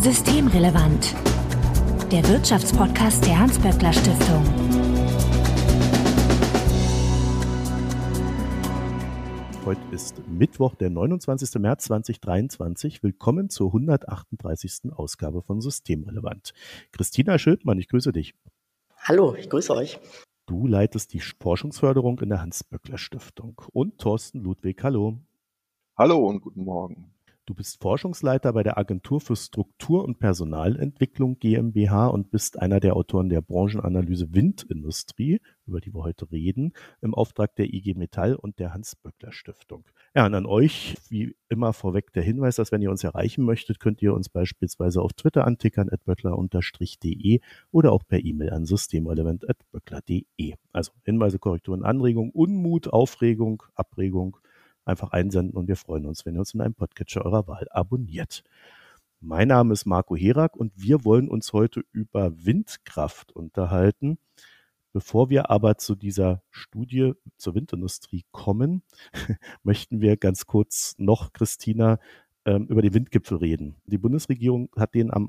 Systemrelevant. Der Wirtschaftspodcast der Hans-Böckler-Stiftung. Heute ist Mittwoch, der 29. März 2023. Willkommen zur 138. Ausgabe von Systemrelevant. Christina Schildmann, ich grüße dich. Hallo, ich grüße euch. Du leitest die Forschungsförderung in der Hans-Böckler-Stiftung. Und Thorsten Ludwig, hallo. Hallo und guten Morgen. Du bist Forschungsleiter bei der Agentur für Struktur- und Personalentwicklung GmbH und bist einer der Autoren der Branchenanalyse Windindustrie, über die wir heute reden, im Auftrag der IG Metall und der Hans-Böckler-Stiftung. Ja, und an euch, wie immer vorweg der Hinweis, dass wenn ihr uns erreichen möchtet, könnt ihr uns beispielsweise auf Twitter antickern, @böckler_de oder auch per E-Mail an systemrelevant@böckler.de. Also Hinweise, Korrekturen, Anregungen, Unmut, Aufregung, Abregung, einfach einsenden und wir freuen uns, wenn ihr uns in einem Podcatcher eurer Wahl abonniert. Mein Name ist Marco Herak und wir wollen uns heute über Windkraft unterhalten. Bevor wir aber zu dieser Studie zur Windindustrie kommen, möchten wir ganz kurz noch, Christina, über den Windgipfel reden. Die Bundesregierung hat den am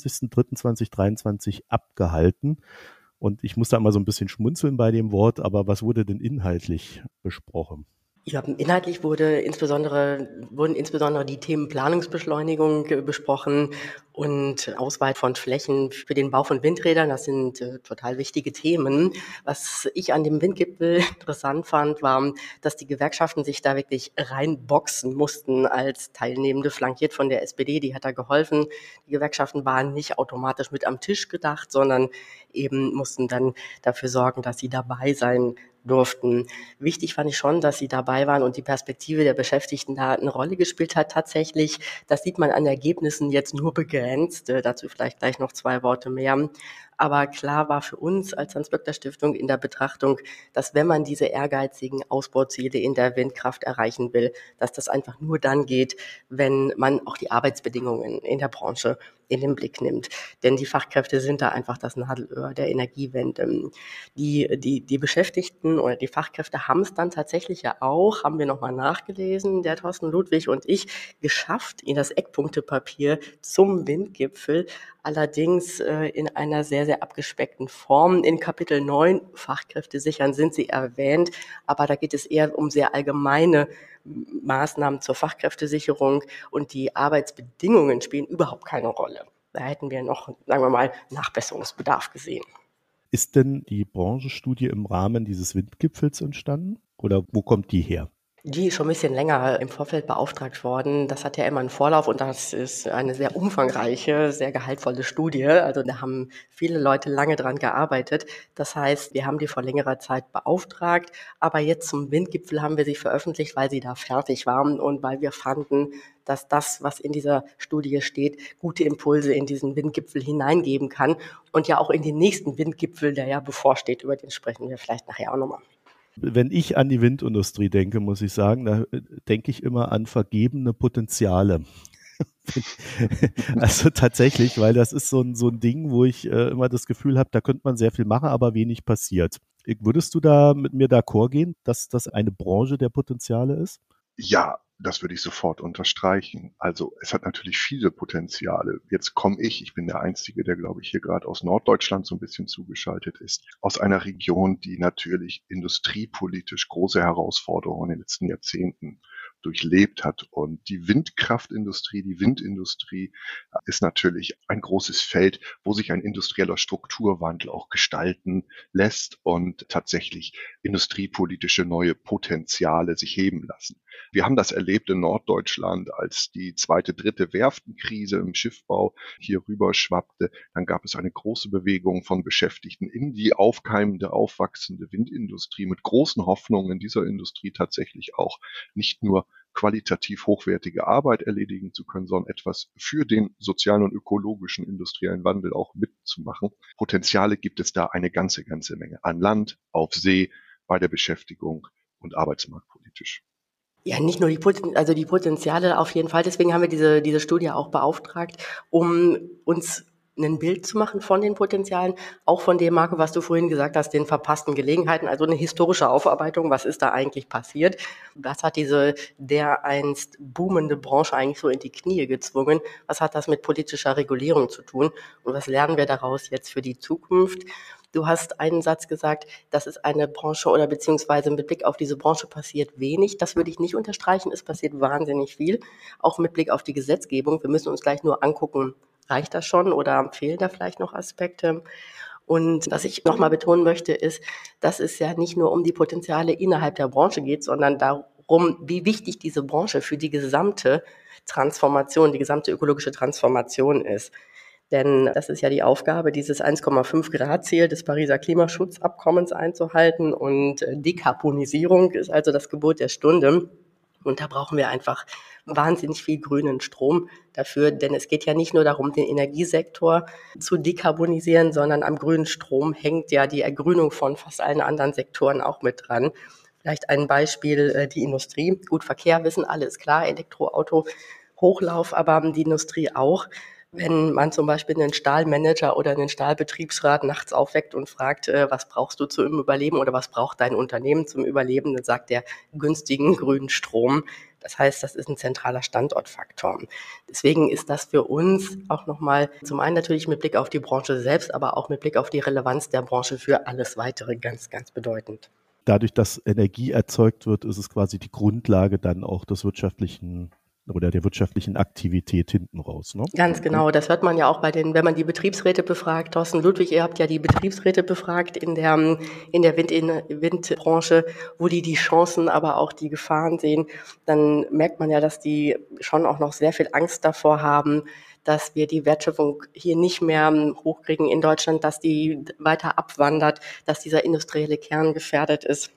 21.03.2023 abgehalten. Und ich muss da mal so ein bisschen schmunzeln bei dem Wort, aber was wurde denn inhaltlich besprochen? Ja, inhaltlich wurden insbesondere die Themen Planungsbeschleunigung besprochen und Auswahl von Flächen für den Bau von Windrädern. Das sind total wichtige Themen. Was ich an dem Windgipfel interessant fand, war, dass die Gewerkschaften sich da wirklich reinboxen mussten als Teilnehmende, flankiert von der SPD. Die hat da geholfen. Die Gewerkschaften waren nicht automatisch mit am Tisch gedacht, sondern eben mussten dann dafür sorgen, dass sie dabei sein durften. Wichtig fand ich schon, dass sie dabei waren und die Perspektive der Beschäftigten da eine Rolle gespielt hat tatsächlich. Das sieht man an Ergebnissen jetzt nur begrenzt. Dazu vielleicht gleich noch 2 Worte mehr. Aber klar war für uns als Hans-Böckler-Stiftung in der Betrachtung, dass wenn man diese ehrgeizigen Ausbauziele in der Windkraft erreichen will, dass das einfach nur dann geht, wenn man auch die Arbeitsbedingungen in der Branche in den Blick nimmt. Denn die Fachkräfte sind da einfach das Nadelöhr der Energiewende. Die Beschäftigten oder die Fachkräfte haben es dann tatsächlich ja auch, haben wir nochmal nachgelesen, der Thorsten Ludwig und ich, geschafft in das Eckpunktepapier zum Windgipfel, allerdings in einer sehr, sehr abgespeckten Form. In Kapitel 9, Fachkräfte sichern, sind sie erwähnt, aber da geht es eher um sehr allgemeine Maßnahmen zur Fachkräftesicherung und die Arbeitsbedingungen spielen überhaupt keine Rolle. Da hätten wir noch, sagen wir mal, Nachbesserungsbedarf gesehen. Ist denn die Branchenstudie im Rahmen dieses Windgipfels entstanden oder wo kommt die her? Die ist schon ein bisschen länger im Vorfeld beauftragt worden. Das hat ja immer einen Vorlauf und das ist eine sehr umfangreiche, sehr gehaltvolle Studie. Also da haben viele Leute lange dran gearbeitet. Das heißt, wir haben die vor längerer Zeit beauftragt, aber jetzt zum Windgipfel haben wir sie veröffentlicht, weil sie da fertig waren und weil wir fanden, dass das, was in dieser Studie steht, gute Impulse in diesen Windgipfel hineingeben kann und ja auch in den nächsten Windgipfel, der ja bevorsteht, über den sprechen wir vielleicht nachher auch nochmal. Wenn ich an die Windindustrie denke, muss ich sagen, da denke ich immer an vergebene Potenziale. Also tatsächlich, weil das ist so ein Ding, wo ich immer das Gefühl habe, da könnte man sehr viel machen, aber wenig passiert. Würdest du da mit mir d'accord gehen, dass das eine Branche der Potenziale ist? Ja, das würde ich sofort unterstreichen. Also es hat natürlich viele Potenziale. Jetzt komme ich bin der Einzige, der, glaube ich, hier gerade aus Norddeutschland so ein bisschen zugeschaltet ist, aus einer Region, die natürlich industriepolitisch große Herausforderungen in den letzten Jahrzehnten durchlebt hat. Und die Windindustrie ist natürlich ein großes Feld, wo sich ein industrieller Strukturwandel auch gestalten lässt und tatsächlich industriepolitische neue Potenziale sich heben lassen. Wir haben das erlebt in Norddeutschland, als die zweite, dritte Werftenkrise im Schiffbau hier rüber schwappte. Dann gab es eine große Bewegung von Beschäftigten in die aufkeimende, aufwachsende Windindustrie mit großen Hoffnungen in dieser Industrie tatsächlich auch nicht nur qualitativ hochwertige Arbeit erledigen zu können, sondern etwas für den sozialen und ökologischen industriellen Wandel auch mitzumachen. Potenziale gibt es da eine ganze Menge an Land, auf See, bei der Beschäftigung und arbeitsmarktpolitisch. Ja, nicht nur die Potenziale auf jeden Fall. Deswegen haben wir diese Studie auch beauftragt, um uns ein Bild zu machen von den Potenzialen, auch von dem, Marco, was du vorhin gesagt hast, den verpassten Gelegenheiten, also eine historische Aufarbeitung, was ist da eigentlich passiert, was hat diese dereinst boomende Branche eigentlich so in die Knie gezwungen, was hat das mit politischer Regulierung zu tun und was lernen wir daraus jetzt für die Zukunft? Du hast einen Satz gesagt, das ist eine Branche oder beziehungsweise mit Blick auf diese Branche passiert wenig. Das würde ich nicht unterstreichen. Es passiert wahnsinnig viel, auch mit Blick auf die Gesetzgebung. Wir müssen uns gleich nur angucken, reicht das schon oder fehlen da vielleicht noch Aspekte? Und was ich nochmal betonen möchte, ist, dass es ja nicht nur um die Potenziale innerhalb der Branche geht, sondern darum, wie wichtig diese Branche für die gesamte Transformation, die gesamte ökologische Transformation ist. Denn das ist ja die Aufgabe, dieses 1,5-Grad-Ziel des Pariser Klimaschutzabkommens einzuhalten. Und Dekarbonisierung ist also das Gebot der Stunde. Und da brauchen wir einfach wahnsinnig viel grünen Strom dafür. Denn es geht ja nicht nur darum, den Energiesektor zu dekarbonisieren, sondern am grünen Strom hängt ja die Ergrünung von fast allen anderen Sektoren auch mit dran. Vielleicht ein Beispiel, die Industrie. Gut, Verkehr wissen alle, ist klar, Elektroauto, Hochlauf, aber die Industrie auch. Wenn man zum Beispiel einen Stahlmanager oder einen Stahlbetriebsrat nachts aufweckt und fragt, was brauchst du zum Überleben oder was braucht dein Unternehmen zum Überleben, dann sagt der günstigen grünen Strom. Das heißt, das ist ein zentraler Standortfaktor. Deswegen ist das für uns auch nochmal zum einen natürlich mit Blick auf die Branche selbst, aber auch mit Blick auf die Relevanz der Branche für alles Weitere ganz, ganz bedeutend. Dadurch, dass Energie erzeugt wird, ist es quasi die Grundlage dann auch des wirtschaftlichen oder der wirtschaftlichen Aktivität hinten raus, ne? Ganz genau, das hört man ja auch wenn man die Betriebsräte befragt. Thorsten Ludwig, ihr habt ja die Betriebsräte befragt in der Windbranche, wo die Chancen, aber auch die Gefahren sehen. Dann merkt man ja, dass die schon auch noch sehr viel Angst davor haben, dass wir die Wertschöpfung hier nicht mehr hochkriegen in Deutschland, dass die weiter abwandert, dass dieser industrielle Kern gefährdet ist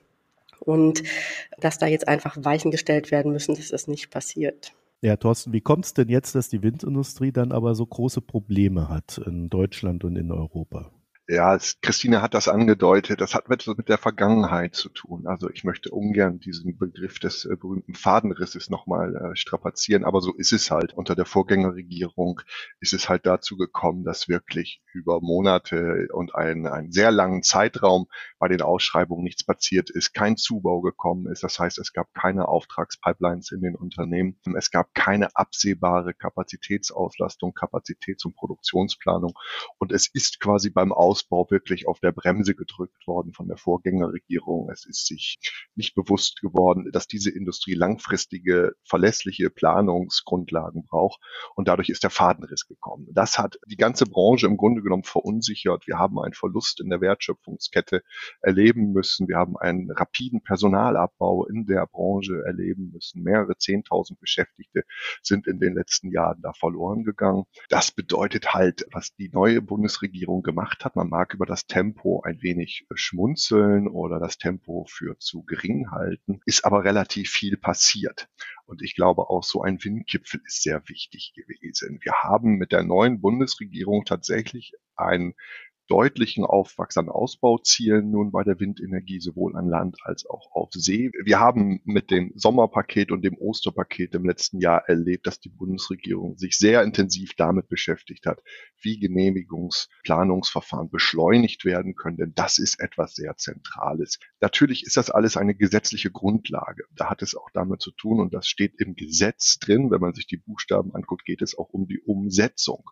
und dass da jetzt einfach Weichen gestellt werden müssen, dass das nicht passiert. Ja, Thorsten, wie kommt es denn jetzt, dass die Windindustrie dann aber so große Probleme hat in Deutschland und in Europa? Ja, Christine hat das angedeutet, das hat etwas mit der Vergangenheit zu tun. Also ich möchte ungern diesen Begriff des berühmten Fadenrisses nochmal strapazieren, aber so ist es halt. Unter der Vorgängerregierung ist es halt dazu gekommen, dass wirklich über Monate und einen sehr langen Zeitraum bei den Ausschreibungen nichts passiert ist, kein Zubau gekommen ist. Das heißt, es gab keine Auftragspipelines in den Unternehmen. Es gab keine absehbare Kapazitätsauslastung, Kapazitäts- und Produktionsplanung. Und es ist quasi beim Ausbau wirklich auf der Bremse gedrückt worden von der Vorgängerregierung. Es ist sich nicht bewusst geworden, dass diese Industrie langfristige, verlässliche Planungsgrundlagen braucht. Und dadurch ist der Fadenriss gekommen. Das hat die ganze Branche im Grunde genommen verunsichert. Wir haben einen Verlust in der Wertschöpfungskette erleben müssen. Wir haben einen rapiden Personalabbau in der Branche erleben müssen. Mehrere 10.000 Beschäftigte sind in den letzten Jahren da verloren gegangen. Das bedeutet halt, was die neue Bundesregierung gemacht hat. Man mag über das Tempo ein wenig schmunzeln oder das Tempo für zu gering halten, ist aber relativ viel passiert. Und ich glaube auch, so ein Windgipfel ist sehr wichtig gewesen. Wir haben mit der neuen Bundesregierung tatsächlich einen deutlichen Aufwachs an Ausbauzielen nun bei der Windenergie, sowohl an Land als auch auf See. Wir haben mit dem Sommerpaket und dem Osterpaket im letzten Jahr erlebt, dass die Bundesregierung sich sehr intensiv damit beschäftigt hat, wie Genehmigungsplanungsverfahren beschleunigt werden können, denn das ist etwas sehr Zentrales. Natürlich ist das alles eine gesetzliche Grundlage. Da hat es auch damit zu tun, und das steht im Gesetz drin, wenn man sich die Buchstaben anguckt, geht es auch um die Umsetzung.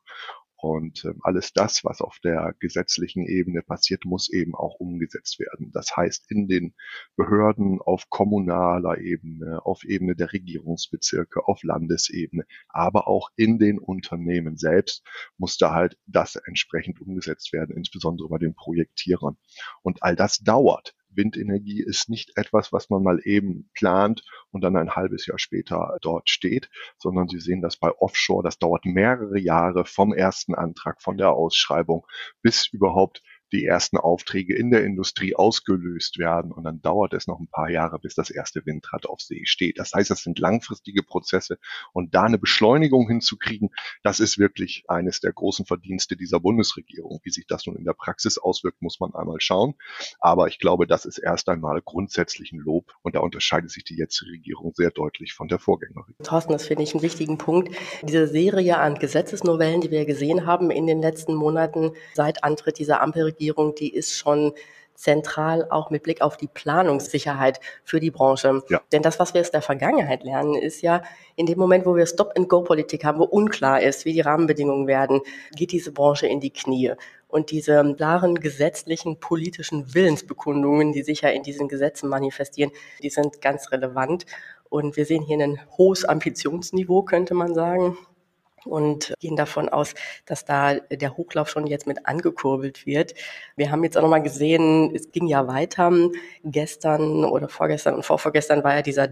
Und alles das, was auf der gesetzlichen Ebene passiert, muss eben auch umgesetzt werden. Das heißt, in den Behörden auf kommunaler Ebene, auf Ebene der Regierungsbezirke, auf Landesebene, aber auch in den Unternehmen selbst muss da halt das entsprechend umgesetzt werden, insbesondere bei den Projektierern. Und all das dauert. Windenergie ist nicht etwas, was man mal eben plant und dann ein halbes Jahr später dort steht, sondern Sie sehen das bei Offshore, das dauert mehrere Jahre vom ersten Antrag, von der Ausschreibung, bis überhaupt die ersten Aufträge in der Industrie ausgelöst werden. Und dann dauert es noch ein paar Jahre, bis das erste Windrad auf See steht. Das heißt, das sind langfristige Prozesse. Und da eine Beschleunigung hinzukriegen, das ist wirklich eines der großen Verdienste dieser Bundesregierung. Wie sich das nun in der Praxis auswirkt, muss man einmal schauen. Aber ich glaube, das ist erst einmal grundsätzlich ein Lob. Und da unterscheidet sich die jetzige Regierung sehr deutlich von der Vorgängerin. Thorsten, das finde ich einen wichtigen Punkt. Diese Serie an Gesetzesnovellen, die wir gesehen haben in den letzten Monaten seit Antritt dieser Ampelregierung, die ist schon zentral auch mit Blick auf die Planungssicherheit für die Branche. Ja. Denn das, was wir aus der Vergangenheit lernen, ist ja, in dem Moment, wo wir Stop-and-Go-Politik haben, wo unklar ist, wie die Rahmenbedingungen werden, geht diese Branche in die Knie. Und diese klaren gesetzlichen, politischen Willensbekundungen, die sich ja in diesen Gesetzen manifestieren, die sind ganz relevant. Und wir sehen hier ein hohes Ambitionsniveau, könnte man sagen. Und gehen davon aus, dass da der Hochlauf schon jetzt mit angekurbelt wird. Wir haben jetzt auch nochmal gesehen, es ging ja weiter. Gestern oder vorgestern und vorvorgestern war ja dieser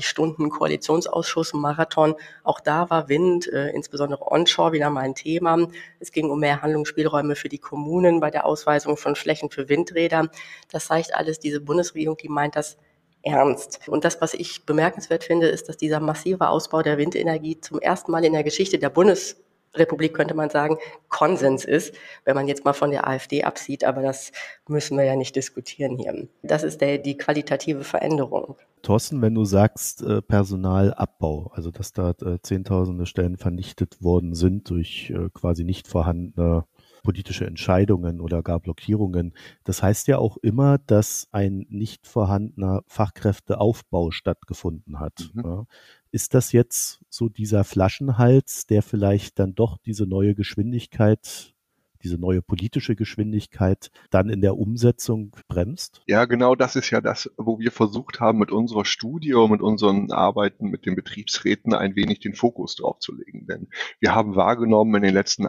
30-Stunden-Koalitionsausschuss-Marathon. Auch da war Wind, insbesondere Onshore, wieder mal ein Thema. Es ging um mehr Handlungsspielräume für die Kommunen bei der Ausweisung von Flächen für Windräder. Das zeigt alles, diese Bundesregierung, die meint das ernst. Und das, was ich bemerkenswert finde, ist, dass dieser massive Ausbau der Windenergie zum ersten Mal in der Geschichte der Bundesrepublik, könnte man sagen, Konsens ist, wenn man jetzt mal von der AfD absieht, aber das müssen wir ja nicht diskutieren hier. Das ist die qualitative Veränderung. Thorsten, wenn du sagst Personalabbau, also dass da Zehntausende Stellen vernichtet worden sind durch quasi nicht vorhandene politische Entscheidungen oder gar Blockierungen. Das heißt ja auch immer, dass ein nicht vorhandener Fachkräfteaufbau stattgefunden hat. Mhm. Ja. Ist das jetzt so dieser Flaschenhals, der vielleicht dann doch diese neue Geschwindigkeit, diese neue politische Geschwindigkeit dann in der Umsetzung bremst? Ja, genau das ist ja das, wo wir versucht haben, mit unserer Studie und mit unseren Arbeiten mit den Betriebsräten ein wenig den Fokus drauf zu legen. Denn wir haben wahrgenommen in den letzten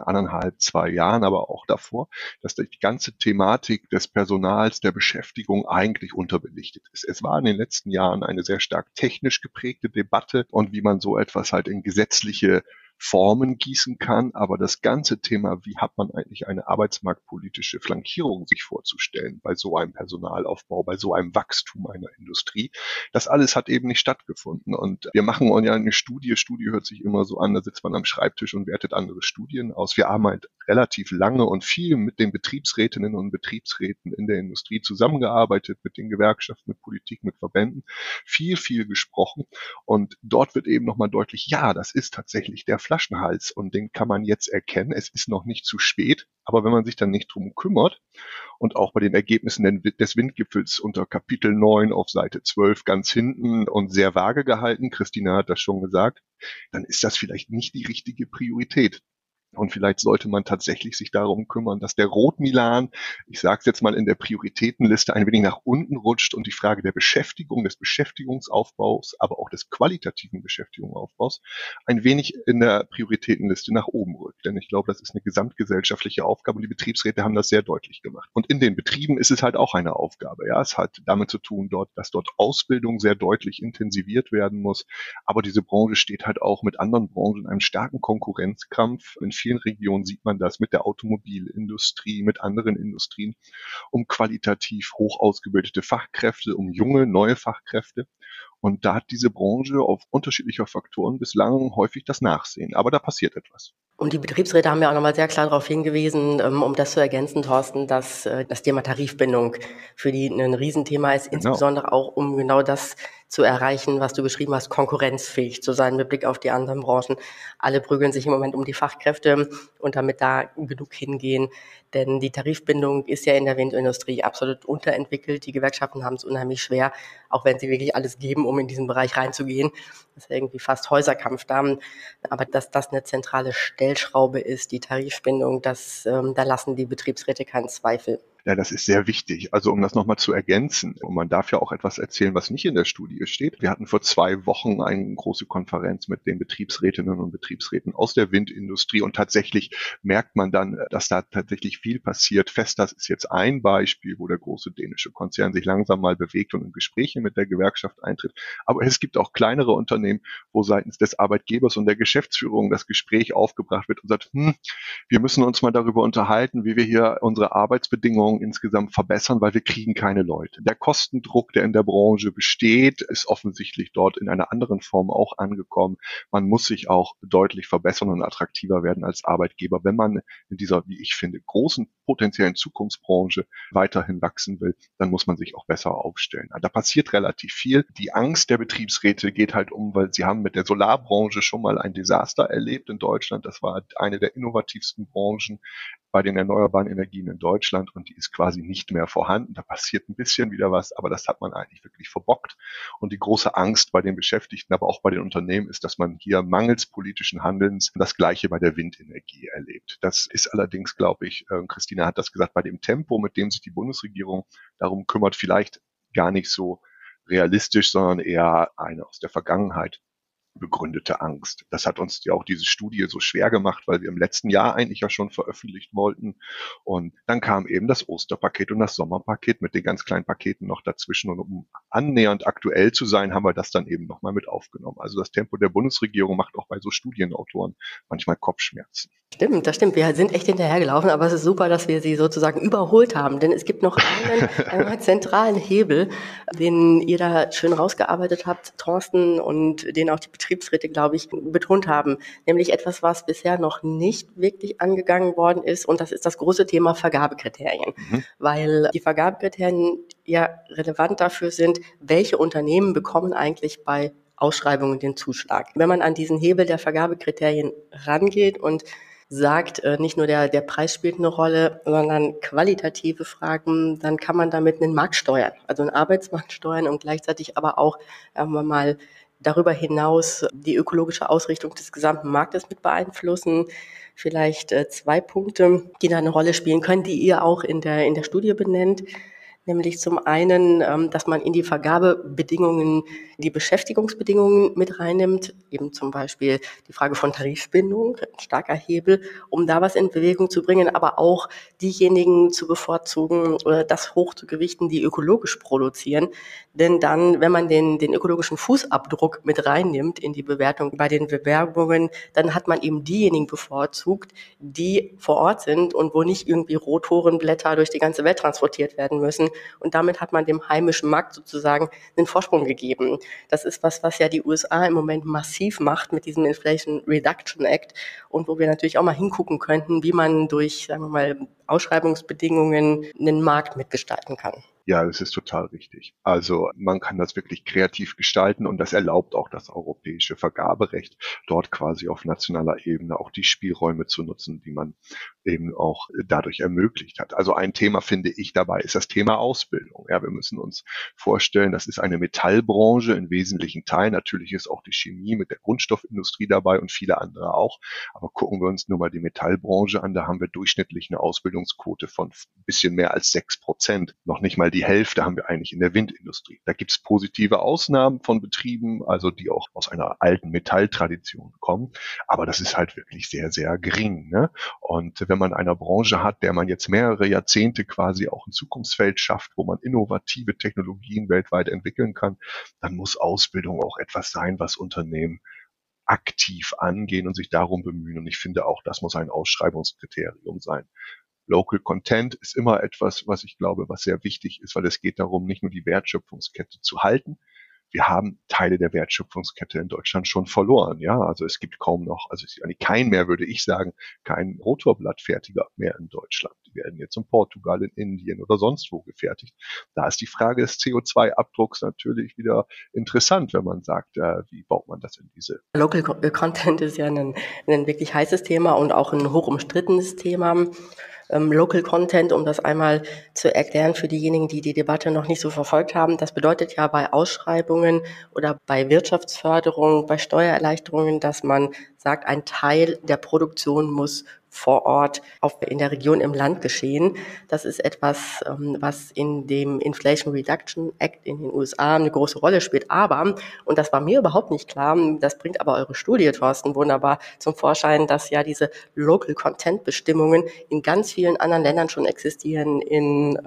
2 Jahren, aber auch davor, dass die ganze Thematik des Personals, der Beschäftigung eigentlich unterbelichtet ist. Es war in den letzten Jahren eine sehr stark technisch geprägte Debatte und wie man so etwas halt in gesetzliche Formen gießen kann, aber das ganze Thema, wie hat man eigentlich eine arbeitsmarktpolitische Flankierung sich vorzustellen bei so einem Personalaufbau, bei so einem Wachstum einer Industrie, das alles hat eben nicht stattgefunden. Und wir machen ja eine Studie hört sich immer so an, da sitzt man am Schreibtisch und wertet andere Studien aus. Wir haben halt relativ lange und viel mit den Betriebsrätinnen und Betriebsräten in der Industrie zusammengearbeitet, mit den Gewerkschaften, mit Politik, mit Verbänden, viel gesprochen. Und dort wird eben nochmal deutlich, ja, das ist tatsächlich der Flaschenhals und den kann man jetzt erkennen. Es ist noch nicht zu spät, aber wenn man sich dann nicht drum kümmert und auch bei den Ergebnissen des Windgipfels unter Kapitel 9 auf Seite 12 ganz hinten und sehr vage gehalten, Christina hat das schon gesagt, dann ist das vielleicht nicht die richtige Priorität. Und vielleicht sollte man tatsächlich sich darum kümmern, dass der Rot-Milan, ich sage es jetzt mal in der Prioritätenliste, ein wenig nach unten rutscht und die Frage der Beschäftigung, des Beschäftigungsaufbaus, aber auch des qualitativen Beschäftigungsaufbaus ein wenig in der Prioritätenliste nach oben rückt. Denn ich glaube, das ist eine gesamtgesellschaftliche Aufgabe und die Betriebsräte haben das sehr deutlich gemacht. Und in den Betrieben ist es halt auch eine Aufgabe. Ja, es hat damit zu tun, dass dort Ausbildung sehr deutlich intensiviert werden muss. Aber diese Branche steht halt auch mit anderen Branchen in einem starken Konkurrenzkampf. In vielen Regionen sieht man das mit der Automobilindustrie, mit anderen Industrien, um qualitativ hoch ausgebildete Fachkräfte, um junge, neue Fachkräfte. Und da hat diese Branche auf unterschiedlicher Faktoren bislang häufig das Nachsehen. Aber da passiert etwas. Und die Betriebsräte haben ja auch nochmal sehr klar darauf hingewiesen, um das zu ergänzen, Thorsten, dass das Thema Tarifbindung für die ein Riesenthema ist, insbesondere auch um genau das zu erreichen, was du beschrieben hast, konkurrenzfähig zu sein mit Blick auf die anderen Branchen. Alle prügeln sich im Moment um die Fachkräfte und damit da genug hingehen, denn die Tarifbindung ist ja in der Windindustrie absolut unterentwickelt. Die Gewerkschaften haben es unheimlich schwer, auch wenn sie wirklich alles geben, um in diesen Bereich reinzugehen. Das ist irgendwie fast Häuserkampf da. Aber dass das eine zentrale Stellschraube ist, die Tarifbindung, da lassen die Betriebsräte keinen Zweifel. Ja, das ist sehr wichtig. Also um das nochmal zu ergänzen, und man darf ja auch etwas erzählen, was nicht in der Studie steht. Wir hatten vor 2 Wochen eine große Konferenz mit den Betriebsrätinnen und Betriebsräten aus der Windindustrie und tatsächlich merkt man dann, dass da tatsächlich viel passiert. Vestas ist jetzt ein Beispiel, wo der große dänische Konzern sich langsam mal bewegt und in Gespräche mit der Gewerkschaft eintritt. Aber es gibt auch kleinere Unternehmen, wo seitens des Arbeitgebers und der Geschäftsführung das Gespräch aufgebracht wird und sagt, wir müssen uns mal darüber unterhalten, wie wir hier unsere Arbeitsbedingungen Rahmenbedingungen insgesamt verbessern, weil wir kriegen keine Leute. Der Kostendruck, der in der Branche besteht, ist offensichtlich dort in einer anderen Form auch angekommen. Man muss sich auch deutlich verbessern und attraktiver werden als Arbeitgeber, wenn man in dieser, wie ich finde, großen potenziellen Zukunftsbranche weiterhin wachsen will, dann muss man sich auch besser aufstellen. Da passiert relativ viel. Die Angst der Betriebsräte geht halt weil sie haben mit der Solarbranche schon mal ein Desaster erlebt in Deutschland. Das war eine der innovativsten Branchen bei den erneuerbaren Energien in Deutschland und die ist quasi nicht mehr vorhanden. Da passiert ein bisschen wieder was, aber das hat man eigentlich wirklich verbockt. Und die große Angst bei den Beschäftigten, aber auch bei den Unternehmen ist, dass man hier mangels politischen Handelns das Gleiche bei der Windenergie erlebt. Das ist allerdings, glaube ich, Christina hat das gesagt, bei dem Tempo, mit dem sich die Bundesregierung darum kümmert, vielleicht gar nicht so realistisch, sondern eher eine aus der Vergangenheit begründete Angst. Das hat uns ja auch diese Studie so schwer gemacht, weil wir im letzten Jahr eigentlich ja schon veröffentlicht wollten. Und dann kam eben das Osterpaket und das Sommerpaket mit den ganz kleinen Paketen noch dazwischen. Und um annähernd aktuell zu sein, haben wir das dann eben nochmal mit aufgenommen. Also das Tempo der Bundesregierung macht auch bei so Studienautoren manchmal Kopfschmerzen. Stimmt, das stimmt. Wir sind echt hinterhergelaufen, aber es ist super, dass wir sie sozusagen überholt haben, denn es gibt noch einen zentralen Hebel, den ihr da schön rausgearbeitet habt, Thorsten, und den auch die Betriebsräte, glaube ich, betont haben, nämlich etwas, was bisher noch nicht wirklich angegangen worden ist, und das ist das große Thema Vergabekriterien, weil die Vergabekriterien ja relevant dafür sind, welche Unternehmen bekommen eigentlich bei Ausschreibungen den Zuschlag. Wenn man an diesen Hebel der Vergabekriterien rangeht und sagt, nicht nur der Preis spielt eine Rolle, sondern qualitative Fragen, dann kann man damit einen Markt steuern, also einen Arbeitsmarkt steuern und gleichzeitig aber auch mal darüber hinaus die ökologische Ausrichtung des gesamten Marktes mit beeinflussen. Vielleicht 2 Punkte, die da eine Rolle spielen können, die ihr auch in der Studie benennt. Nämlich zum einen, dass man in die Vergabebedingungen die Beschäftigungsbedingungen mit reinnimmt, eben zum Beispiel die Frage von Tarifbindung, ein starker Hebel, um da was in Bewegung zu bringen, aber auch diejenigen zu bevorzugen oder das hoch zu gewichten, die ökologisch produzieren. Denn dann, wenn man den ökologischen Fußabdruck mit reinnimmt in die Bewertung bei den Bewerbungen, dann hat man eben diejenigen bevorzugt, die vor Ort sind und wo nicht irgendwie Rotorenblätter durch die ganze Welt transportiert werden müssen. Und damit hat man dem heimischen Markt sozusagen einen Vorsprung gegeben. Das ist was ja die USA im Moment massiv macht mit diesem Inflation Reduction Act und wo wir natürlich auch mal hingucken könnten, wie man durch, sagen wir mal, Ausschreibungsbedingungen einen Markt mitgestalten kann. Ja, das ist total richtig. Also man kann das wirklich kreativ gestalten und das erlaubt auch das europäische Vergaberecht, dort quasi auf nationaler Ebene auch die Spielräume zu nutzen, die man eben auch dadurch ermöglicht hat. Also ein Thema, finde ich, dabei ist das Thema Ausbildung. Ja, wir müssen uns vorstellen, das ist eine Metallbranche in wesentlichen Teilen. Natürlich ist auch die Chemie mit der Grundstoffindustrie dabei und viele andere auch. Aber gucken wir uns nur mal die Metallbranche an, da haben wir durchschnittlich eine Ausbildungsquote von ein bisschen mehr als 6%. Noch nicht mal die Hälfte haben wir eigentlich in der Windindustrie. Da gibt es positive Ausnahmen von Betrieben, also die auch aus einer alten Metalltradition kommen. Aber das ist halt wirklich sehr, sehr gering, ne? Und wenn man einer Branche hat, der man jetzt mehrere Jahrzehnte quasi auch ein Zukunftsfeld schafft, wo man innovative Technologien weltweit entwickeln kann, dann muss Ausbildung auch etwas sein, was Unternehmen aktiv angehen und sich darum bemühen. Und ich finde auch, das muss ein Ausschreibungskriterium sein. Local Content ist immer etwas, was ich glaube, was sehr wichtig ist, weil es geht darum, nicht nur die Wertschöpfungskette zu halten. Wir haben Teile der Wertschöpfungskette in Deutschland schon verloren. Ja, also es gibt kaum noch, also kein mehr, würde ich sagen, kein Rotorblattfertiger mehr in Deutschland. Die werden jetzt in Portugal, in Indien oder sonst wo gefertigt. Da ist die Frage des CO2-Abdrucks natürlich wieder interessant, wenn man sagt, wie baut man das in diese. Local Content ist ja ein wirklich heißes Thema und auch ein hoch umstrittenes Thema. Local Content, um das einmal zu erklären für diejenigen, die die Debatte noch nicht so verfolgt haben. Das bedeutet ja bei Ausschreibungen oder bei Wirtschaftsförderung, bei Steuererleichterungen, dass man sagt, ein Teil der Produktion muss vor Ort in der Region im Land geschehen. Das ist etwas, was in dem Inflation Reduction Act in den USA eine große Rolle spielt. Aber, und das war mir überhaupt nicht klar, das bringt aber eure Studie, Thorsten, wunderbar zum Vorschein, dass ja diese Local Content Bestimmungen in ganz vielen anderen Ländern schon existieren, in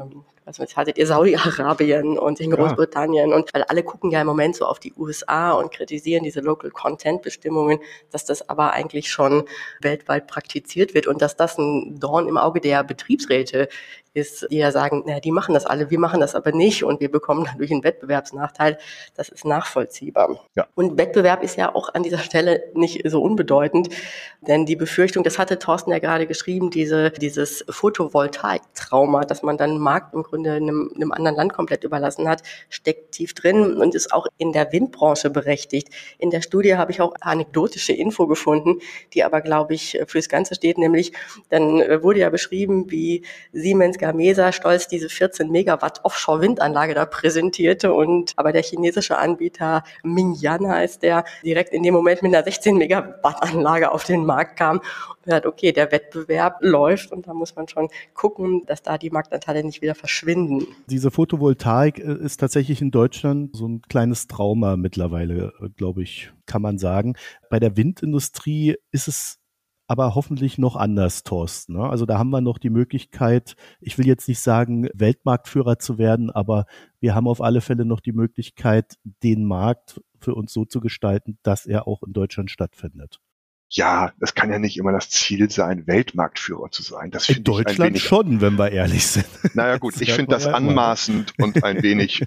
Also jetzt hattet ihr Saudi-Arabien und in Großbritannien und weil alle gucken ja im Moment so auf die USA und kritisieren diese Local Content Bestimmungen, dass das aber eigentlich schon weltweit praktiziert wird und dass das ein Dorn im Auge der Betriebsräte ist, die ja sagen, na, die machen das alle, wir machen das aber nicht und wir bekommen dadurch einen Wettbewerbsnachteil. Das ist nachvollziehbar. Ja. Und Wettbewerb ist ja auch an dieser Stelle nicht so unbedeutend, denn die Befürchtung, das hatte Thorsten ja gerade geschrieben, dieses Photovoltaik-Trauma, dass man dann den Markt im Grunde einem anderen Land komplett überlassen hat, steckt tief drin und ist auch in der Windbranche berechtigt. In der Studie habe ich auch anekdotische Info gefunden, die aber, glaube ich, fürs Ganze steht, nämlich dann wurde ja beschrieben, wie Siemens Gamesa stolz diese 14 Megawatt Offshore-Windanlage da präsentierte und aber der chinesische Anbieter Mingyan heißt der, direkt in dem Moment mit einer 16 Megawatt Anlage auf den Markt kam und hat, okay, der Wettbewerb läuft und da muss man schon gucken, dass da die Marktanteile nicht wieder verschwinden. Diese Photovoltaik ist tatsächlich in Deutschland so ein kleines Trauma mittlerweile, glaube ich, kann man sagen. Bei der Windindustrie ist es aber hoffentlich noch anders, Thorsten. Ne? Also da haben wir noch die Möglichkeit, ich will jetzt nicht sagen, Weltmarktführer zu werden, aber wir haben auf alle Fälle noch die Möglichkeit, den Markt für uns so zu gestalten, dass er auch in Deutschland stattfindet. Ja, das kann ja nicht immer das Ziel sein, Weltmarktführer zu sein. Das in Deutschland schon, wenn wir ehrlich sind. Naja gut, ich finde das anmaßend und ein wenig in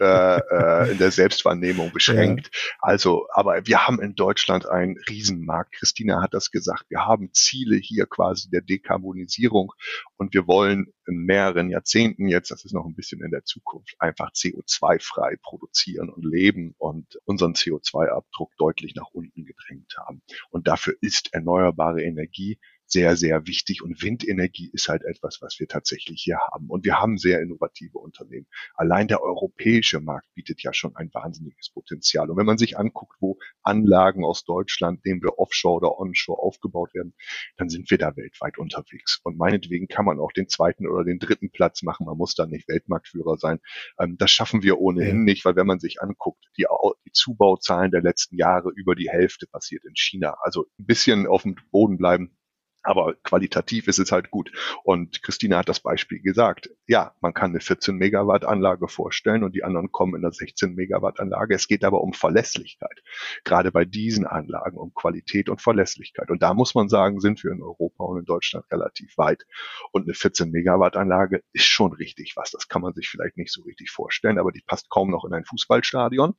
der Selbstwahrnehmung beschränkt. Ja. Also, aber wir haben in Deutschland einen Riesenmarkt. Christina hat das gesagt. Wir haben Ziele hier quasi der Dekarbonisierung und wir wollen in mehreren Jahrzehnten jetzt, das ist noch ein bisschen in der Zukunft, einfach CO2-frei produzieren und leben und unseren CO2-Abdruck deutlich nach unten gedrängt haben. Und dafür ist erneuerbare Energie sehr, sehr wichtig und Windenergie ist halt etwas, was wir tatsächlich hier haben. Und wir haben sehr innovative Unternehmen. Allein der europäische Markt bietet ja schon ein wahnsinniges Potenzial. Und wenn man sich anguckt, wo Anlagen aus Deutschland, nehmen wir offshore oder onshore aufgebaut werden, dann sind wir da weltweit unterwegs. Und meinetwegen kann man auch den zweiten oder den dritten Platz machen. Man muss da nicht Weltmarktführer sein. Das schaffen wir ohnehin nicht, weil wenn man sich anguckt, die Zubauzahlen der letzten Jahre, über die Hälfte passiert in China. Also ein bisschen auf dem Boden bleiben. Aber qualitativ ist es halt gut. Und Christina hat das Beispiel gesagt. Ja, man kann eine 14 Megawatt Anlage vorstellen und die anderen kommen in einer 16 Megawatt Anlage. Es geht aber um Verlässlichkeit. Gerade bei diesen Anlagen um Qualität und Verlässlichkeit. Und da muss man sagen, sind wir in Europa und in Deutschland relativ weit. Und eine 14 Megawatt Anlage ist schon richtig was. Das kann man sich vielleicht nicht so richtig vorstellen, aber die passt kaum noch in ein Fußballstadion.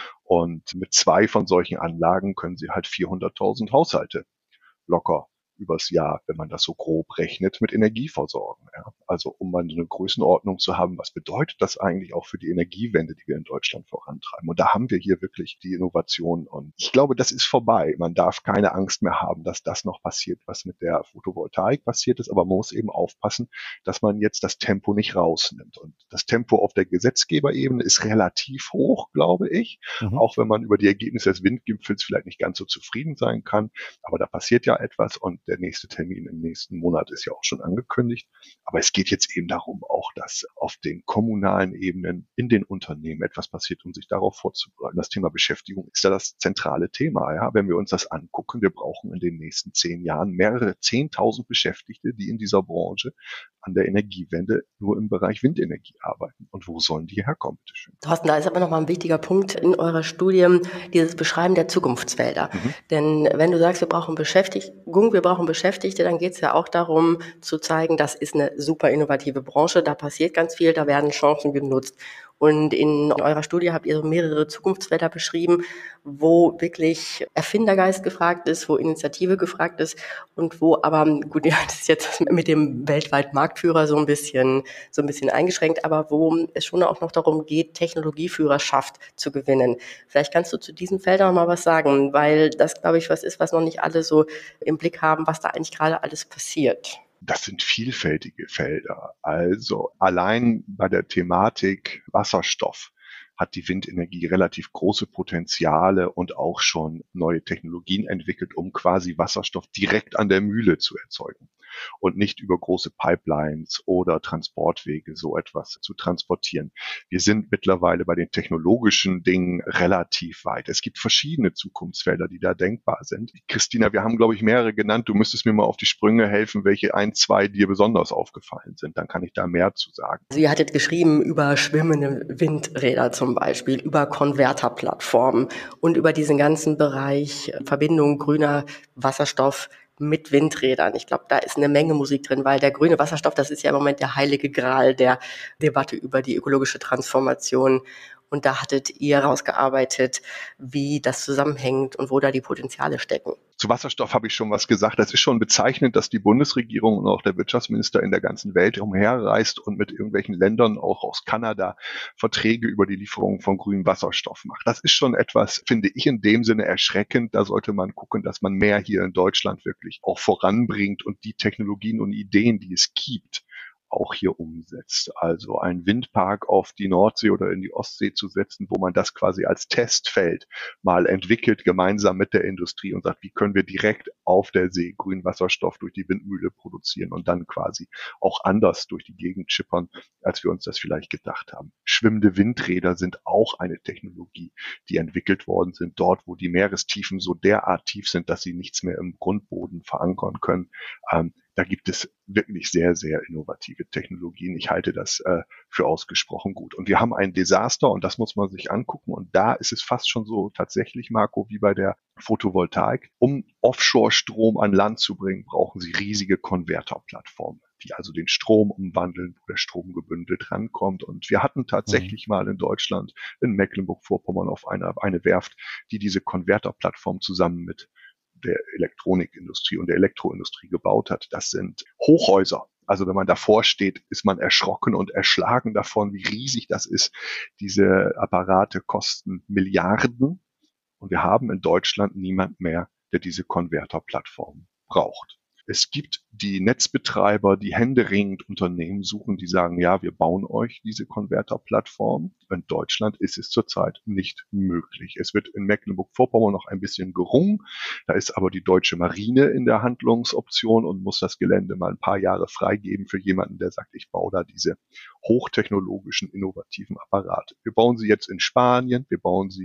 Und mit 2 von solchen Anlagen können Sie halt 400.000 Haushalte locker übers Jahr, wenn man das so grob rechnet, mit Energie versorgen. Ja. Also um mal eine Größenordnung zu haben, was bedeutet das eigentlich auch für die Energiewende, die wir in Deutschland vorantreiben? Und da haben wir hier wirklich die Innovation. Und ich glaube, das ist vorbei. Man darf keine Angst mehr haben, dass das noch passiert, was mit der Photovoltaik passiert ist. Aber man muss eben aufpassen, dass man jetzt das Tempo nicht rausnimmt. Und das Tempo auf der Gesetzgeberebene ist relativ hoch, glaube ich. Auch wenn man über die Ergebnisse des Windgipfels vielleicht nicht ganz so zufrieden sein kann. Aber da passiert ja etwas und der nächste Termin im nächsten Monat ist ja auch schon angekündigt. Aber es geht jetzt eben darum, auch dass auf den kommunalen Ebenen in den Unternehmen etwas passiert, um sich darauf vorzubereiten. Das Thema Beschäftigung ist da das zentrale Thema. Ja, wenn wir uns das angucken, wir brauchen in den nächsten 10 Jahren mehrere 10.000 Beschäftigte, die in dieser Branche an der Energiewende nur im Bereich Windenergie arbeiten. Und wo sollen die herkommen, bitteschön? Thorsten, da ist aber nochmal ein wichtiger Punkt in eurer Studie, dieses Beschreiben der Zukunftsfelder. Denn wenn du sagst, wir brauchen Beschäftigte, dann geht es ja auch darum zu zeigen, das ist eine super innovative Branche, da passiert ganz viel, da werden Chancen genutzt. Und in eurer Studie habt ihr so mehrere Zukunftsfelder beschrieben, wo wirklich Erfindergeist gefragt ist, wo Initiative gefragt ist und wo aber, gut, ja, das ist jetzt mit dem weltweit Marktführer so ein bisschen eingeschränkt, aber wo es schon auch noch darum geht, Technologieführerschaft zu gewinnen. Vielleicht kannst du zu diesen Feldern noch mal was sagen, weil das, glaube ich, was ist, was noch nicht alle so im Blick haben, was da eigentlich gerade alles passiert. Das sind vielfältige Felder. Also allein bei der Thematik Wasserstoff hat die Windenergie relativ große Potenziale und auch schon neue Technologien entwickelt, um quasi Wasserstoff direkt an der Mühle zu erzeugen. und nicht über große Pipelines oder Transportwege so etwas zu transportieren. Wir sind mittlerweile bei den technologischen Dingen relativ weit. Es gibt verschiedene Zukunftsfelder, die da denkbar sind. Christina, wir haben, glaube ich, mehrere genannt. Du müsstest mir mal auf die Sprünge helfen, welche ein, zwei dir besonders aufgefallen sind. Dann kann ich da mehr zu sagen. Sie hattet geschrieben über schwimmende Windräder zum Beispiel, über Konverterplattformen und über diesen ganzen Bereich Verbindung grüner Wasserstoff mit Windrädern. Ich glaube, da ist eine Menge Musik drin, weil der grüne Wasserstoff, das ist ja im Moment der heilige Gral der Debatte über die ökologische Transformation. Und da hattet ihr rausgearbeitet, wie das zusammenhängt und wo da die Potenziale stecken. Zu Wasserstoff habe ich schon was gesagt. Das ist schon bezeichnend, dass die Bundesregierung und auch der Wirtschaftsminister in der ganzen Welt umherreist und mit irgendwelchen Ländern, auch aus Kanada, Verträge über die Lieferung von grünem Wasserstoff macht. Das ist schon etwas, finde ich, in dem Sinne erschreckend. Da sollte man gucken, dass man mehr hier in Deutschland wirklich auch voranbringt und die Technologien und Ideen, die es gibt, auch hier umsetzt. Also einen Windpark auf die Nordsee oder in die Ostsee zu setzen, wo man das quasi als Testfeld mal entwickelt, gemeinsam mit der Industrie und sagt, wie können wir direkt auf der See grünen Wasserstoff durch die Windmühle produzieren und dann quasi auch anders durch die Gegend schippern, als wir uns das vielleicht gedacht haben. Schwimmende Windräder sind auch eine Technologie, die entwickelt worden sind, dort, wo die Meerestiefen so derart tief sind, dass sie nichts mehr im Grundboden verankern können. Da gibt es wirklich sehr, sehr innovative Technologien. Ich halte das für ausgesprochen gut. Und wir haben ein Desaster und das muss man sich angucken. Und da ist es fast schon so tatsächlich, Marco, wie bei der Photovoltaik. Um Offshore-Strom an Land zu bringen, brauchen Sie riesige Konverterplattformen, die also den Strom umwandeln, wo der Strom gebündelt rankommt. Und wir hatten tatsächlich mal in Deutschland, in Mecklenburg-Vorpommern auf eine Werft, die diese Konverterplattform zusammen mit der Elektronikindustrie und der Elektroindustrie gebaut hat. Das sind Hochhäuser. Also wenn man davor steht, ist man erschrocken und erschlagen davon, wie riesig das ist. Diese Apparate kosten Milliarden und wir haben in Deutschland niemand mehr, der diese Konverterplattform braucht. Es gibt die Netzbetreiber, die händeringend Unternehmen suchen, die sagen, ja, wir bauen euch diese Konverterplattform. In Deutschland ist es zurzeit nicht möglich. Es wird in Mecklenburg-Vorpommern noch ein bisschen gerungen. Da ist aber die deutsche Marine in der Handlungsoption und muss das Gelände mal ein paar Jahre freigeben für jemanden, der sagt, ich baue da diese hochtechnologischen, innovativen Apparate. Wir bauen sie jetzt in Spanien, wir bauen sie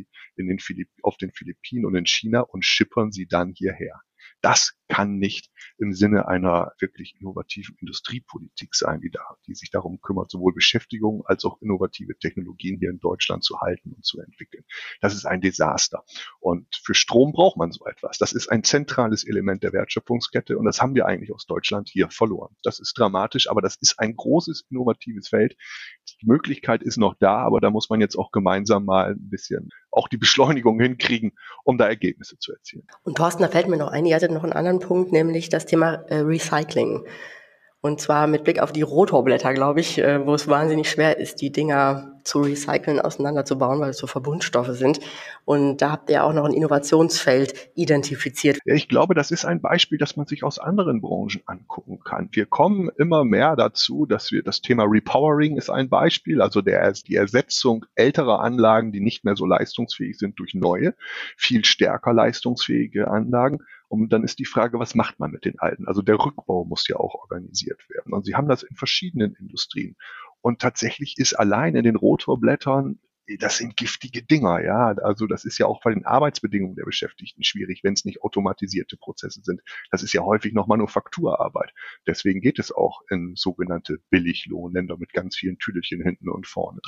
auf den Philippinen und in China und schippern sie dann hierher. Das kann nicht im Sinne einer wirklich innovativen Industriepolitik sein, die sich darum kümmert, sowohl Beschäftigung als auch innovative Technologien hier in Deutschland zu halten und zu entwickeln. Das ist ein Desaster. Und für Strom braucht man so etwas. Das ist ein zentrales Element der Wertschöpfungskette und das haben wir eigentlich aus Deutschland hier verloren. Das ist dramatisch, aber das ist ein großes innovatives Feld. Die Möglichkeit ist noch da, aber da muss man jetzt auch gemeinsam mal ein bisschen auch die Beschleunigung hinkriegen, um da Ergebnisse zu erzielen. Und Thorsten, da fällt mir noch ein, ihr hattet noch einen anderen Punkt, nämlich das Thema Recycling. Und zwar mit Blick auf die Rotorblätter, glaube ich, wo es wahnsinnig schwer ist, die Dinger zu recyceln, auseinanderzubauen, weil es so Verbundstoffe sind. Und da habt ihr auch noch ein Innovationsfeld identifiziert. Ja, ich glaube, das ist ein Beispiel, das man sich aus anderen Branchen angucken kann. Wir kommen immer mehr dazu, dass wir das Thema Repowering ist ein Beispiel, also die Ersetzung älterer Anlagen, die nicht mehr so leistungsfähig sind, durch neue, viel stärker leistungsfähige Anlagen. Und dann ist die Frage, was macht man mit den alten? Also der Rückbau muss ja auch organisiert werden. Und sie haben das in verschiedenen Industrien. Und tatsächlich ist allein in den Rotorblättern, das sind giftige Dinger, ja. Also das ist ja auch bei den Arbeitsbedingungen der Beschäftigten schwierig, wenn es nicht automatisierte Prozesse sind. Das ist ja häufig noch Manufakturarbeit. Deswegen geht es auch in sogenannte Billiglohnländer mit ganz vielen Tüdelchen hinten und vorne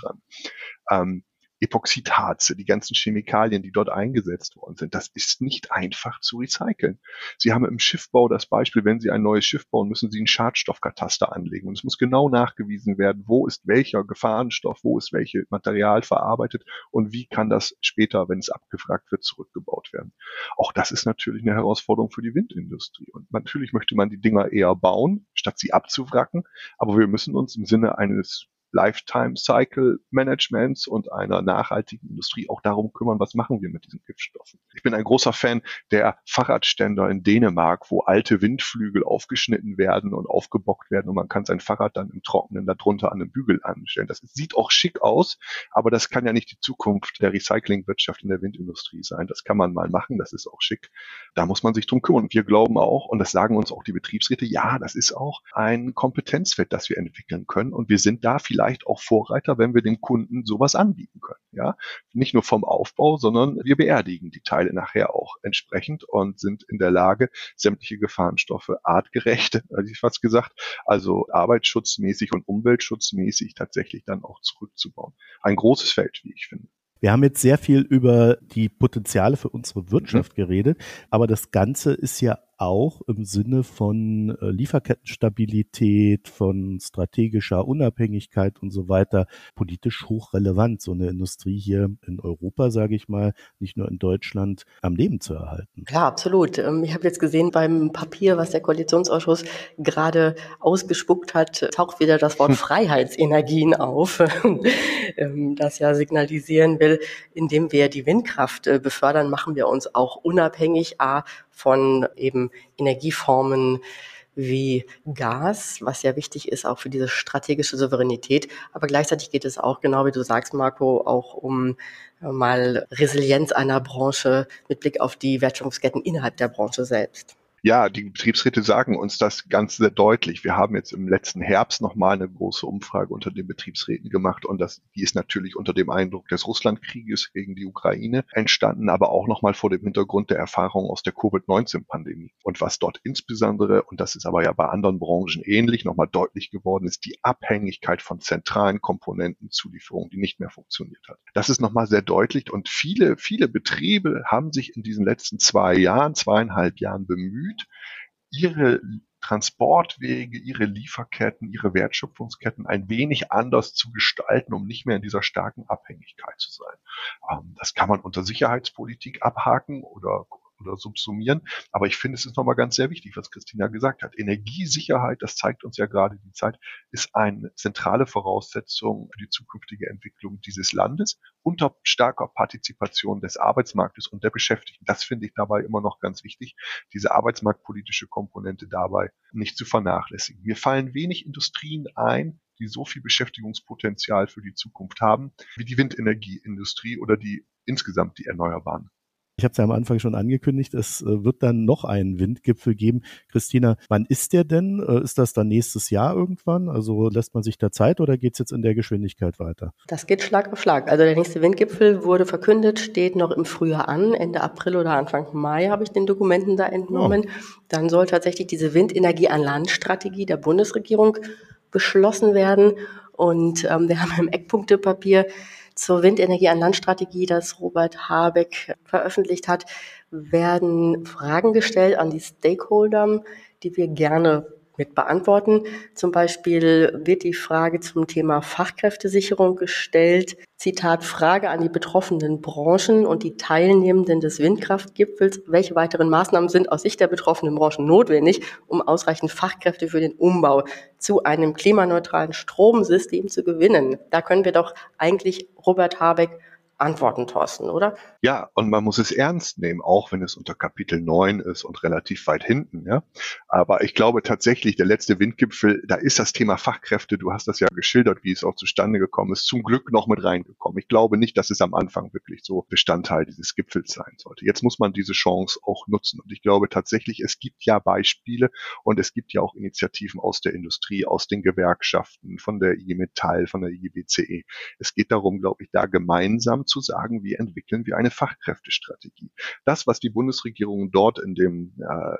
dran. Epoxidharze, die ganzen Chemikalien, die dort eingesetzt worden sind, das ist nicht einfach zu recyceln. Sie haben im Schiffbau das Beispiel, wenn Sie ein neues Schiff bauen, müssen Sie einen Schadstoffkataster anlegen und es muss genau nachgewiesen werden, wo ist welcher Gefahrenstoff, wo ist welches Material verarbeitet und wie kann das später, wenn es abgefragt wird, zurückgebaut werden. Auch das ist natürlich eine Herausforderung für die Windindustrie und natürlich möchte man die Dinger eher bauen, statt sie abzuwracken, aber wir müssen uns im Sinne eines Lifetime Cycle Managements und einer nachhaltigen Industrie auch darum kümmern, was machen wir mit diesen Giftstoffen. Ich bin ein großer Fan der Fahrradständer in Dänemark, wo alte Windflügel aufgeschnitten werden und aufgebockt werden und man kann sein Fahrrad dann im Trockenen darunter an einem Bügel anstellen. Das sieht auch schick aus, aber das kann ja nicht die Zukunft der Recyclingwirtschaft in der Windindustrie sein. Das kann man mal machen, das ist auch schick. Da muss man sich drum kümmern. Und wir glauben auch, und das sagen uns auch die Betriebsräte, ja, das ist auch ein Kompetenzfeld, das wir entwickeln können. Und wir sind da vielleicht auch Vorreiter, wenn wir den Kunden sowas anbieten können. Ja, nicht nur vom Aufbau, sondern wir beerdigen die Teile nachher auch entsprechend und sind in der Lage, sämtliche Gefahrenstoffe artgerecht, hätte ich fast gesagt, also arbeitsschutzmäßig und umweltschutzmäßig tatsächlich dann auch zurückzubauen. Ein großes Feld, wie ich finde. Wir haben jetzt sehr viel über die Potenziale für unsere Wirtschaft geredet, aber das Ganze ist ja auch im Sinne von Lieferkettenstabilität, von strategischer Unabhängigkeit und so weiter politisch hochrelevant, so eine Industrie hier in Europa, sage ich mal, nicht nur in Deutschland, am Leben zu erhalten. Klar, absolut. Ich habe jetzt gesehen beim Papier, was der Koalitionsausschuss gerade ausgespuckt hat, taucht wieder das Wort Freiheitsenergien auf, das ja signalisieren will, indem wir die Windkraft befördern, machen wir uns auch unabhängig von eben Energieformen wie Gas, was ja wichtig ist auch für diese strategische Souveränität. Aber gleichzeitig geht es auch, genau wie du sagst, Marco, auch um mal Resilienz einer Branche mit Blick auf die Wertschöpfungsketten innerhalb der Branche selbst. Ja, die Betriebsräte sagen uns das ganz sehr deutlich. Wir haben jetzt im letzten Herbst nochmal eine große Umfrage unter den Betriebsräten gemacht und die ist natürlich unter dem Eindruck des Russlandkrieges gegen die Ukraine entstanden, aber auch nochmal vor dem Hintergrund der Erfahrung aus der Covid-19-Pandemie. Und was dort insbesondere, und das ist aber ja bei anderen Branchen ähnlich, nochmal deutlich geworden ist, die Abhängigkeit von zentralen Komponentenzulieferungen, die nicht mehr funktioniert hat. Das ist nochmal sehr deutlich und viele Betriebe haben sich in diesen letzten 2,5 Jahren bemüht, ihre Transportwege, ihre Lieferketten, ihre Wertschöpfungsketten ein wenig anders zu gestalten, um nicht mehr in dieser starken Abhängigkeit zu sein. Das kann man unter Sicherheitspolitik abhaken oder subsumieren. Aber ich finde, es ist nochmal ganz sehr wichtig, was Christina gesagt hat. Energiesicherheit, das zeigt uns ja gerade die Zeit, ist eine zentrale Voraussetzung für die zukünftige Entwicklung dieses Landes unter starker Partizipation des Arbeitsmarktes und der Beschäftigten. Das finde ich dabei immer noch ganz wichtig, diese arbeitsmarktpolitische Komponente dabei nicht zu vernachlässigen. Mir fallen wenig Industrien ein, die so viel Beschäftigungspotenzial für die Zukunft haben, wie die Windenergieindustrie oder insgesamt die Erneuerbaren. Ich habe es ja am Anfang schon angekündigt, es wird dann noch einen Windgipfel geben. Christina, wann ist der denn? Ist das dann nächstes Jahr irgendwann? Also lässt man sich da Zeit oder geht es jetzt in der Geschwindigkeit weiter? Das geht Schlag auf Schlag. Also der nächste Windgipfel wurde verkündet, steht noch im Frühjahr an. Ende April oder Anfang Mai habe ich den Dokumenten da entnommen. Oh. Dann soll tatsächlich diese Windenergie an Land-Strategie der Bundesregierung beschlossen werden. Und wir haben im Eckpunktepapier zur Windenergie an Land-Strategie, das Robert Habeck veröffentlicht hat, werden Fragen gestellt an die Stakeholder, die wir gerne mit beantworten. Zum Beispiel wird die Frage zum Thema Fachkräftesicherung gestellt. Zitat, Frage an die betroffenen Branchen und die Teilnehmenden des Windkraftgipfels. Welche weiteren Maßnahmen sind aus Sicht der betroffenen Branchen notwendig, um ausreichend Fachkräfte für den Umbau zu einem klimaneutralen Stromsystem zu gewinnen? Da können wir doch eigentlich Robert Habeck antworten, Thorsten, oder? Ja, und man muss es ernst nehmen, auch wenn es unter Kapitel 9 ist und relativ weit hinten, ja. Aber ich glaube tatsächlich, der letzte Windgipfel, da ist das Thema Fachkräfte, du hast das ja geschildert, wie es auch zustande gekommen ist, zum Glück noch mit reingekommen. Ich glaube nicht, dass es am Anfang wirklich so Bestandteil dieses Gipfels sein sollte. Jetzt muss man diese Chance auch nutzen. Und ich glaube tatsächlich, es gibt ja Beispiele und es gibt ja auch Initiativen aus der Industrie, aus den Gewerkschaften, von der IG Metall, von der IG BCE. Es geht darum, glaube ich, da gemeinsam zu sagen, wie entwickeln wir eine Fachkräftestrategie. Das, was die Bundesregierung dort in den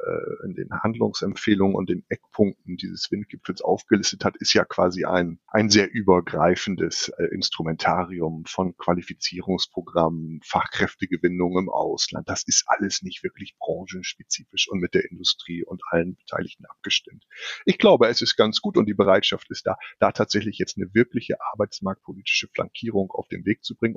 Handlungsempfehlungen und den Eckpunkten dieses Windgipfels aufgelistet hat, ist ja quasi ein sehr übergreifendes Instrumentarium von Qualifizierungsprogrammen, Fachkräftegewinnung im Ausland. Das ist alles nicht wirklich branchenspezifisch und mit der Industrie und allen Beteiligten abgestimmt. Ich glaube, es ist ganz gut und die Bereitschaft ist da tatsächlich jetzt eine wirkliche arbeitsmarktpolitische Flankierung auf den Weg zu bringen. Und man kann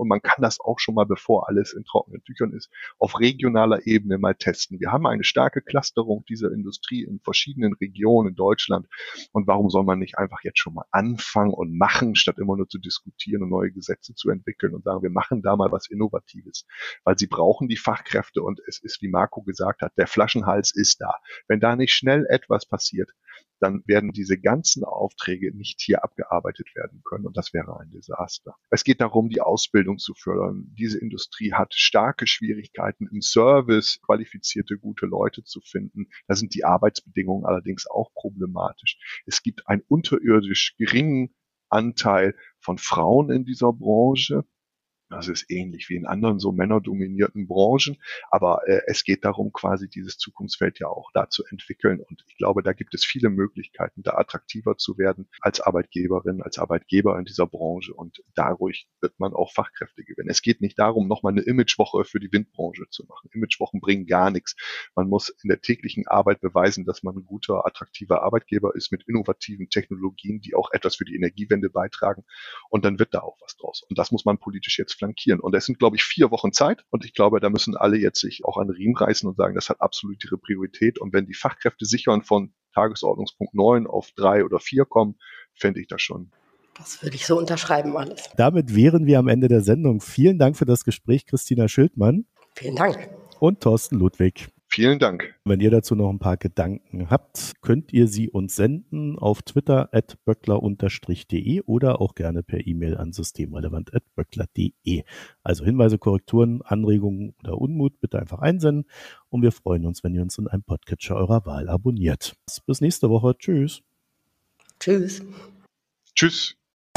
machen das auch schon mal, bevor alles in trockenen Tüchern ist, auf regionaler Ebene mal testen. Wir haben eine starke Clusterung dieser Industrie in verschiedenen Regionen in Deutschland. Und warum soll man nicht einfach jetzt schon mal anfangen und machen, statt immer nur zu diskutieren und neue Gesetze zu entwickeln und sagen, wir machen da mal was Innovatives. Weil sie brauchen die Fachkräfte und es ist, wie Marco gesagt hat, der Flaschenhals ist da. Wenn da nicht schnell etwas passiert, dann werden diese ganzen Aufträge nicht hier abgearbeitet werden können und das wäre ein Desaster. Es geht darum, die Ausbildung zu fördern. Diese Industrie hat starke Schwierigkeiten im Service, qualifizierte, gute Leute zu finden. Da sind die Arbeitsbedingungen allerdings auch problematisch. Es gibt einen unterirdisch geringen Anteil von Frauen in dieser Branche. Das ist ähnlich wie in anderen so männerdominierten Branchen, aber es geht darum, quasi dieses Zukunftsfeld ja auch da zu entwickeln und ich glaube, da gibt es viele Möglichkeiten, da attraktiver zu werden als Arbeitgeberin, als Arbeitgeber in dieser Branche und dadurch wird man auch Fachkräfte gewinnen. Es geht nicht darum, nochmal eine Imagewoche für die Windbranche zu machen. Imagewochen bringen gar nichts. Man muss in der täglichen Arbeit beweisen, dass man ein guter, attraktiver Arbeitgeber ist mit innovativen Technologien, die auch etwas für die Energiewende beitragen und dann wird da auch was draus. Und das muss man politisch jetzt flankieren. Und es sind, glaube ich, 4 Wochen Zeit. Und ich glaube, da müssen alle jetzt sich auch an den Riemen reißen und sagen, das hat absolut ihre Priorität. Und wenn die Fachkräfte sichern von Tagesordnungspunkt 9 auf 3 oder 4 kommen, fände ich das schon. Das würde ich so unterschreiben alles. Damit wären wir am Ende der Sendung. Vielen Dank für das Gespräch, Christina Schildmann. Vielen Dank. Und Thorsten Ludwig. Vielen Dank. Wenn ihr dazu noch ein paar Gedanken habt, könnt ihr sie uns senden auf Twitter @böckler_de oder auch gerne per E-Mail an systemrelevant@böckler.de. Also Hinweise, Korrekturen, Anregungen oder Unmut bitte einfach einsenden und wir freuen uns, wenn ihr uns in einem Podcatcher eurer Wahl abonniert. Bis nächste Woche. Tschüss. Tschüss. Tschüss.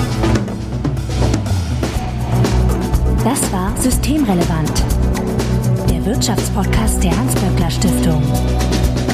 Das war Systemrelevant, der Wirtschaftspodcast der Hans-Böckler Stiftung.